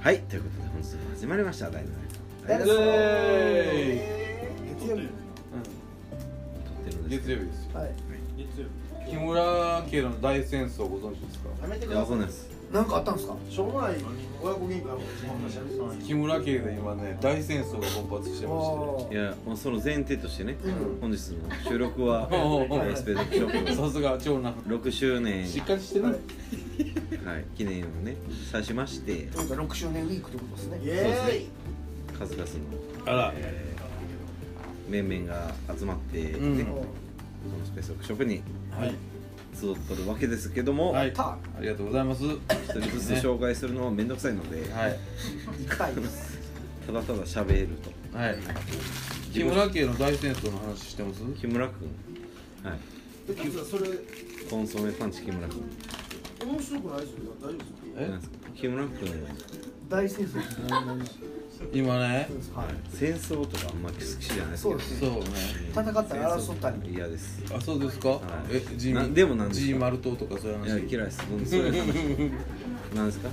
はい、ということで本日も始まりました大の大の月曜日、 月曜日。 撮ってるんです月曜日ですよ。 はい。 月曜日。木村家の大戦争ご存知ですか？ やめていや、わください。 かんないです。 なんかあったんですか。 しょうもない親子喧嘩の話やめてください。 木村家で今ね大戦争が勃発してましいや、もうその前提としてね、 うん本日の収録はスペードショッて。さすが長男。 プ6周年、 しっかりしてる。 はい、記念をね、さしましてなんか6周年ウィークってことですね。 イエーイ。 数々の、 あら。 面々が集まって、ねうんこのスペースワークショップにはい。 集っとるわけですけども、 はい。 たありがとうございます。は一人ずつ紹介するのはめんどくさいので、 い。 行きたいです。 ただただ喋ると。 はい。木村家の大戦争の話してます？ 木村くん、はい、 実はそれコンソメパンチ木村くん、 面白くないですよ。大丈夫ですか？ えなんですか木村くん、 大戦争って何ですか。 今ね。 はい。 戦争とかあんまり好きじゃないですけど、 そうですね。 そうね。 戦ったら争ったり。 嫌です。 あ、そうですか？え、 でもなんですか G マルトとかそういういや話。 嫌いです。そういう話なんですか？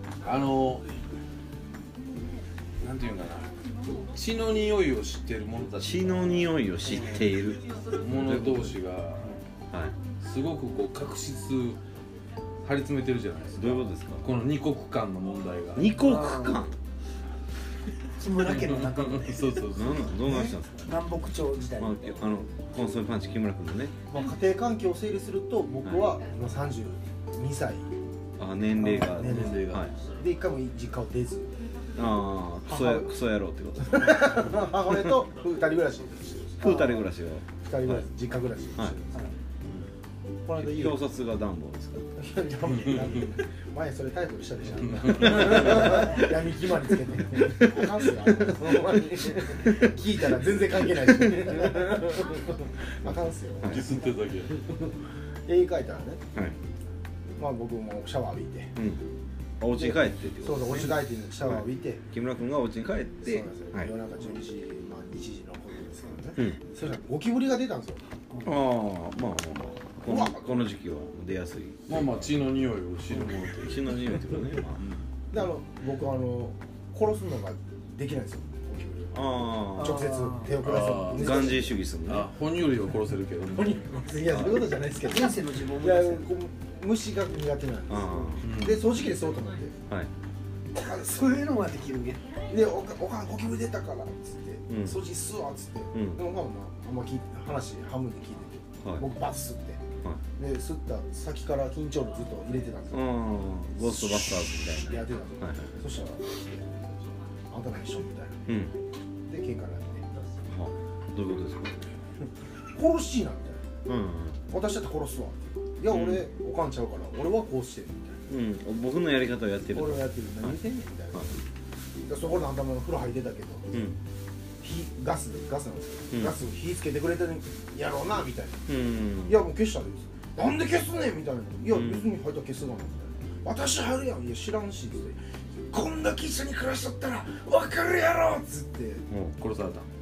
なんていうんかな。血の匂いを知っている者たち。 血の匂いを知っている。 者同士がはすごくこう確執張り詰めてるじゃないですい。 か。 どういうことですか？ この二国間の問題が。 二国間。 木村家の中のね。 そうそうそう。 どうなしたんですか？ 南北朝時代。 まあコンソメパンチ木村くんのね、 まあ家庭環境を整理すると僕は今32歳年齢が年齢がはい。 で一回も実家を出ず、 ああ、クソ野郎ってことです。 母親と二人暮らし。 二人暮らしを。 二人暮らし、実家暮らし。 はい。 この間家表札が暖房ですか？ いや前それタイトルしたでしょ。闇決まりつけて。あかんっすよ。聞いたら全然関係ないし。あかんっすよ。 ディスってるだけ。 絵描いたらね、 はい。 まあ僕もシャワー浴びて、 うん。お家に帰ってってことですね。 そうそう、お家帰ってシャワー浴びて、 木村くんがお家に帰っそうて、 なんですよ。 はい。 夜中12時、まあ1時のことですけどね。 うん。 そしたらゴキブリが出たんですよ。 ああ、まあこの時期は出やすい。 まあまあ血の匂いを知る者と。 血の匂いというかね。 で僕殺すのができないんですよ。ゴキブリをあ直接手を下ああ、ガンジー主義するね。 あ、哺乳類は殺せるけど。 いやそういうことじゃないですけど。 前世の自分をいや思い出せる。 虫が苦手なんであす。で掃除機でそうと思って。 あ、はい。 そういうのができるけど。 でおかんゴキブリ出たからっつって、 うん掃除機すわっつって、 うんでもまああんま話半分で聞いてて、 はい僕バツ吸って、 はで吸った先から緊張のずっと入れてたんですよ。 ゴーストバスターズみたいな。 やってたんですよ。 はいはい。 そしたらあんたも一緒みたいうん。 なで喧嘩になってはどういうことですか？ 殺しいなみたいな、 うん。 私だって殺すわっていや俺、おかんちゃうから俺はこうしてるみたいうん。僕のやり方をやってると。 な俺はやってる何言ってんねんみたいな、 はいでそこであんたも風呂入ってたけど、 うん。 ガスなんですよ、 うんガス火つけてくれてるやろうなみたいな、 うん。 いやもう消したらいいですなんで消すねんみたいな、いや別に入ったら消すがなみたいな、私入るやんいや知らんしっつってこんだけ一緒に暮らしとったら分かるやろっつってもう殺された。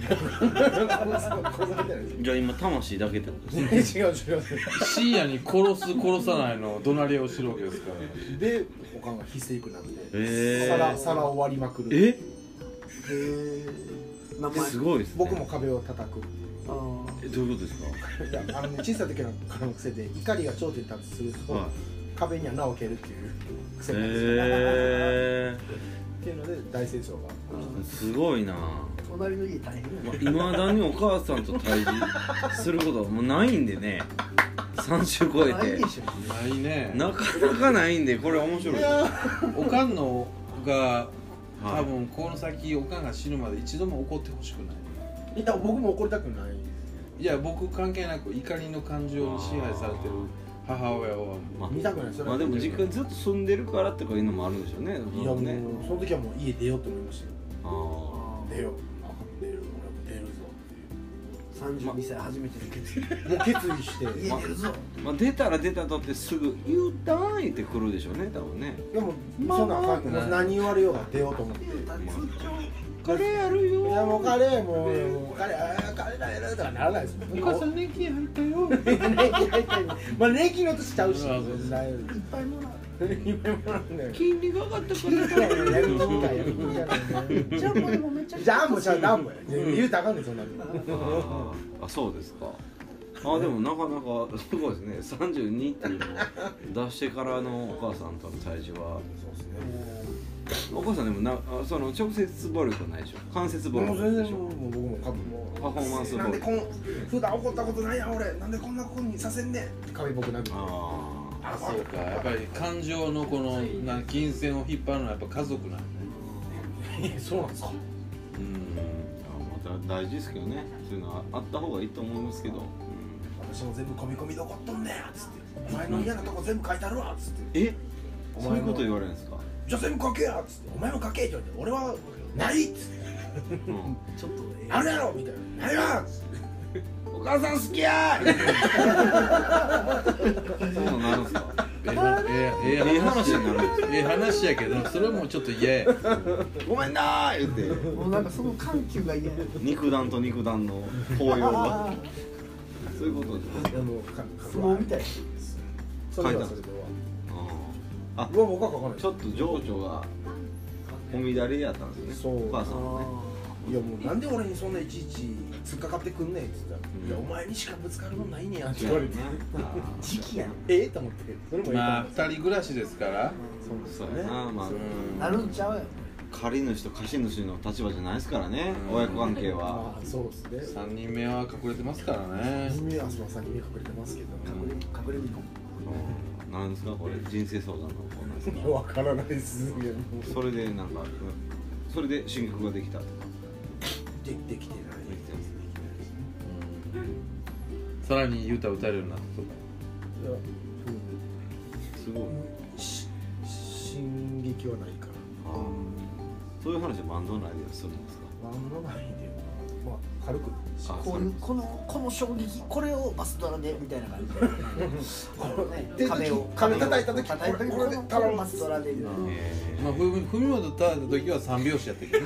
じゃあ今魂だけってことですね。 違う深夜に殺さないの怒鳴りをしてるわけですから。 でおかんが非正くなって、 へ皿を割りまくるえ？ へえ。名前。 すごいですね。 僕も壁を叩くあーどういうことですか？ いや小さい時からの癖で怒りが頂点に達すると、 は壁には穴を蹴るっていう癖い。 なんですよ、っていうので大戦争がすごいな。 隣の家大変やね。 いまだにお母さんと対峙することはもうないんでね。30超えてないでしょ。 ないね。 なかなかないんでこれ面白い。 おかんのが多分この先おかんが死ぬまで一度も怒ってほしくない。 いや僕も怒りたくないいや僕関係なく怒りの感情に支配されてる母親はまあ見たくないそれはまあでも実家にずっと住んでるからとかいうのもあるんでしょうね。 いやもうね。 その時はもう家出ようと思いましたよあ出よう出る俺も出るぞって 32歳初めての決意。 いうもう決意して家出るぞ。 まあ出たら出たとってすぐ言うたん言ってくるでしょうね多分ね。 いやもうそんなあかんまあ何言われようが出ようと思って通帳カレーあるよいやもうカレーもうカレーだよとかならないですもん。 お母さん年金入ったよ年金入ったりまあ年金の年ちゃうし。 そうそうそういっぱいもらう今もなんだよ。 金利が上がったからやる気かやる気じゃないね。 ジャンボでもめっちゃジャンボちゃうダンボや。言うたらあかんねんそんなの。 あ、そうですか。あ、でもなかなかすごいですね。32っていうのを出してからのお母さんとの体重は。 そうですね。 お母さんでもその直接暴力はないでしょ。間接暴もう全然力でしょ。 もう僕も多分もうパフォーマンス暴力。 普段怒ったことないやん俺なんでこんなことにさせんねん壁僕なくてあそうかやっぱり感情のこの金銭を引っ張るのはやっぱ家族なんねそうなんですかまた大事ですけどね。そういうのはあった方がいいと思いますけど。 私も全部込み込み残っとんねんつってお前の嫌なとこ全部書いてあるわつってえ、そういうこと言われるんですか。 じゃあ全部書けやつってお前も書けって言われて俺はないっつってちょっとあるやろみたいなないわっつってお母さん好きやー。そうなるんですか。 ええ話になるええ話やけどそれもちょっと嫌やごめんなー言ってもうなんかその緩急が嫌や肉弾と肉弾の抱擁がそういうことですいやもう相撲みたいそれではそれでは僕は書かないちょっと情緒がお乱れやったんですね。 そうお母さんはね。 いやもうなんで俺にそんないちいち突っかかってくんねんって言ったら、いやお前にしかぶつかるもんないねやって言われて時期やんと思ってそれもいいまあ2人暮らしですからそうやな、まあなるんちゃうやん借り主と貸主の立場じゃないですからね、親子関係は。 まあそうですね 3人目は隠れてますからね耳はその先に隠れてますけど隠れみこなんですかこれ、人生相談のコーナーですか。 わからないですいやもうそれでなんかそれで新曲ができたとかできてないできてますさらに歌歌えるようになったとかいやすごい。 進撃はないからそういう話はバンド内でするんですか。 バンド内でまあ軽くこういうこの衝撃これをバスドラでみたいな感じで壁叩いた時叩いた時このバスドラでまあ踏み物立った時は3拍子やったけど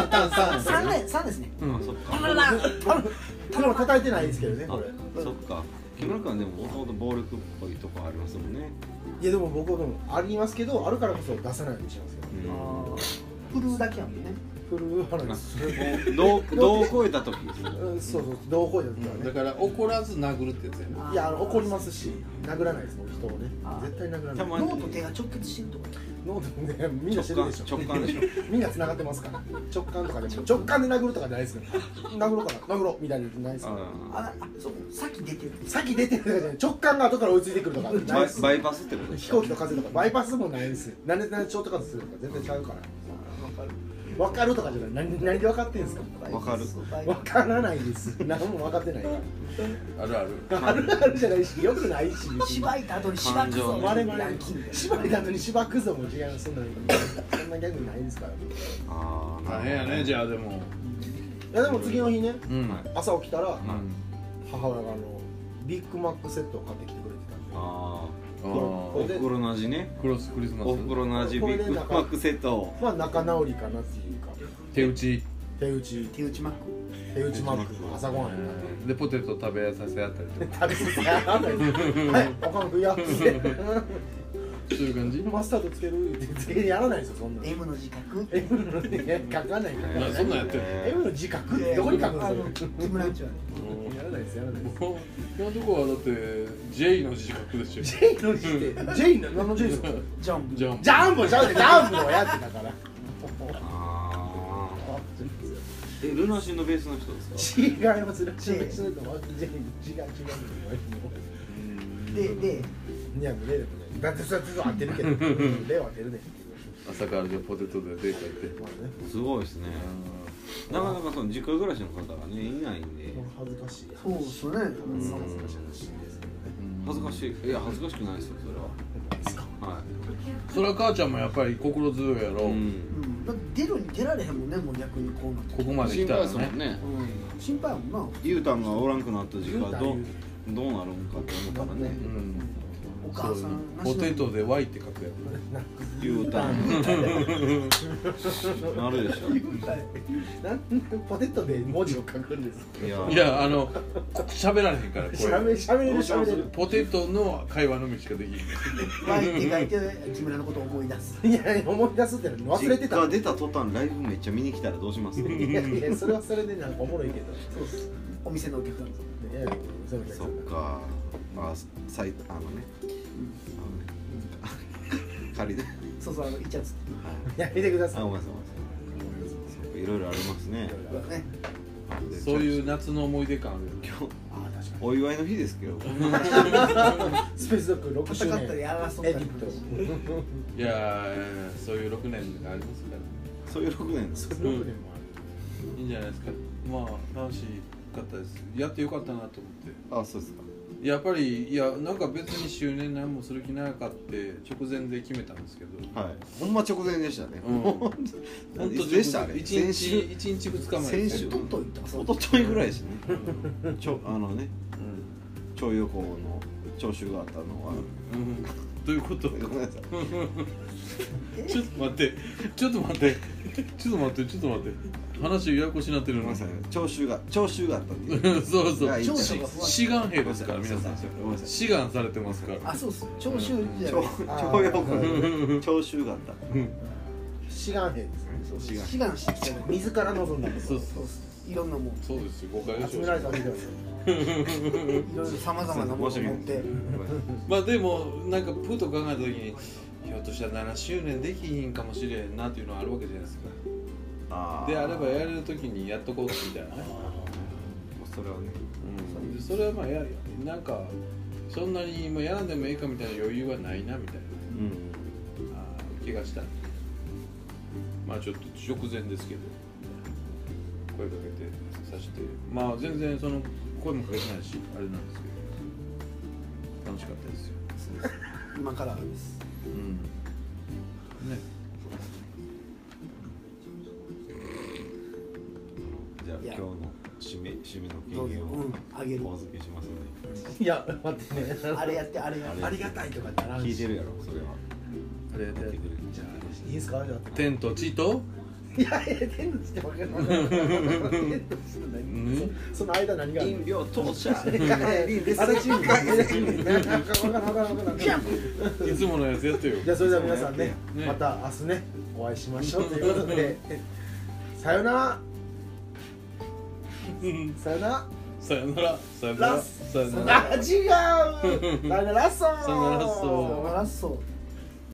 3ですねあ、そっか。 多分叩いてないですけどねこれそっか。木村君はでももともと暴力っぽいとこありますもんね。 いやでも僕はでもありますけどあるからこそ出さないようにしますけど振るだけやもんねフルハラですどう超えた時です。 そうそうどうこうやったらねだから怒らず殴るってやつやねいや怒りますし殴らないです僕人をね絶対殴らない脳と手が直結してるとこ脳でねみんな知ってるでしょ直感でしょ。 みんな繋がってますから直感とかでも直感で殴るとかじゃないですから殴ろうかな殴ろうみたいなのないですからそう先出てる先出てるとかじゃない直感が後から追いついてくるとかないですバイパスってことですか。 飛行機と風とかバイパスもないですなんでショートカットするとか全然ちゃうから分かるとかじゃない何で分かってんすかわかる。 分からないです何も分かってないかあるあるらあるあるじゃないしよくないし芝居た後に芝くぞ我々 ヤンキーみたいな芝居なのに芝くぞも違いますそんなギャグないですからああ、 大変やねじゃあでもいやでも次の日ねうん朝起きたらうん母親がビッグマックセットを買ってきてくれてたんでああおふくろの味ね。 クリスマスおふくろの味ビッグマックセットを。 まあ仲直りかなっていうか手打ち手打ち手打ちマックマック朝ごはんやなでポテト食べさせ合ったりとか食べさせやはいおかん食いやってそういう感じマスタードつけるって全然やらないですよそんなの M の自覚 M のね書かないからそんなんやってる M の自覚どこに書くんですか木村んちはねやらないですやらないですもう今のところはだって J の自覚でしょ J の J って J の何の J ですかジャンプじゃあジャンボちゃうでジャンボをやってたからああ。ルナシーのベースの人ですか。 違いますルナシーの人と J 違うでいやもう例でもねだってそれは合ってるけど例は合ってるね朝からじゃあポテトでデート行ってまあねすごいですね。なかなかその実家暮らしの方がねいないんで。 恥ずかしいそうっすね恥ずかしい話ですけどね恥ずかしい。いや恥ずかしくないですよそれは。はい。 それは母ちゃんもやっぱり心強いやろ、 だって出られへんもんねもう逆にこうなってここまで来心配たらねですもんね。 心配やもんなゆうたんがおらんくなった時間どうなるんかって思ったらね。 うんお母さんポテトで Y って書くや U ターンなるでしょ。 なんでポテトで文字を書くんですか。 いや喋られへんからこしゃべれるれポテトの会話のみしかできない。 ワイって書いて木村のことを思い出す。 いや思い出すっての忘れてた。 実家出た途端ライブめっちゃ見に来たらどうします？ いやそれはそれでなんかおもろいけど。 そうです。お店のお客さん。 いやそのお客さんそっか。まあ仮で。 そうそうイチャつ。 やめてください。 ごめんなさい。いろいろありますね。 ね。 そういう夏の思い出感ある。 今日お祝いの日ですけど。 スペースドッグ6周戦ったり年争ったりエジプト。 いやそういう6年がありますから。 そういう6年です。 6年もある。 いいんじゃないですか。まあ楽しかったです。やってよかったなと思って。 あ、そうですか。 やっぱりなんか別に周年何もする気なかって直前で決めたんですけど。 はい。ほんま直前でしたね。 本当いつでしたあれ。 1日2日前。 先週。 とっといた。 おとといぐらいですね。徴用工の徴収があったのは。 どういうこと？ ごめんなさい。 ちょっと待って話ややこしになってるの。 ごめんなさい。徴収があったんで。 そうそう。 徴収が志願兵ですから皆さん。 ごめんなさい。 志願されてますから。 あ、そうっす。徴収じゃない。 徴用工の徴収があった。 志願兵ですね。 志願してきたの。 自ら望んだんです。 そうそう。 いろんなもん。 そうですよ。誤解を集められたわけではない。 いろいろさまざまなものを持って。 まあでもなんかふと考えた時にひょっとしたら7周年できひんかもしれんなっていうのはあるわけじゃないですか。であればやれる時にやっとこうみたいなね。 それはね。 でそれはまあなんかそんなに今やらんでもいいかみたいな余裕はないなみたいな気がした。まあちょっと直前ですけど声かけてさして、まあ全然その声もかけてないしあれなんですけど楽しかったですよ。 今からです。 ね。 じゃあ今日の締めの経験をあげる。 お預けしますのいや待ってね。 あれやってあれやって。 ありがたいとかってなで。聞いてるやろそれは。 あれでじゃあいいですかじゃあ。 天と地といや天の地って分かる。天の地って何？その間何がある？ 飲料当社。 あれチーム。 いつものやつやってよ。 じゃあそれでは皆さんねまた明日ねお会いしましょうということでさよなら。さよなら。 さよなら。さよなら。さよなら。 あ違う。さよならっそー。 さよならっそー。 さよならっそー。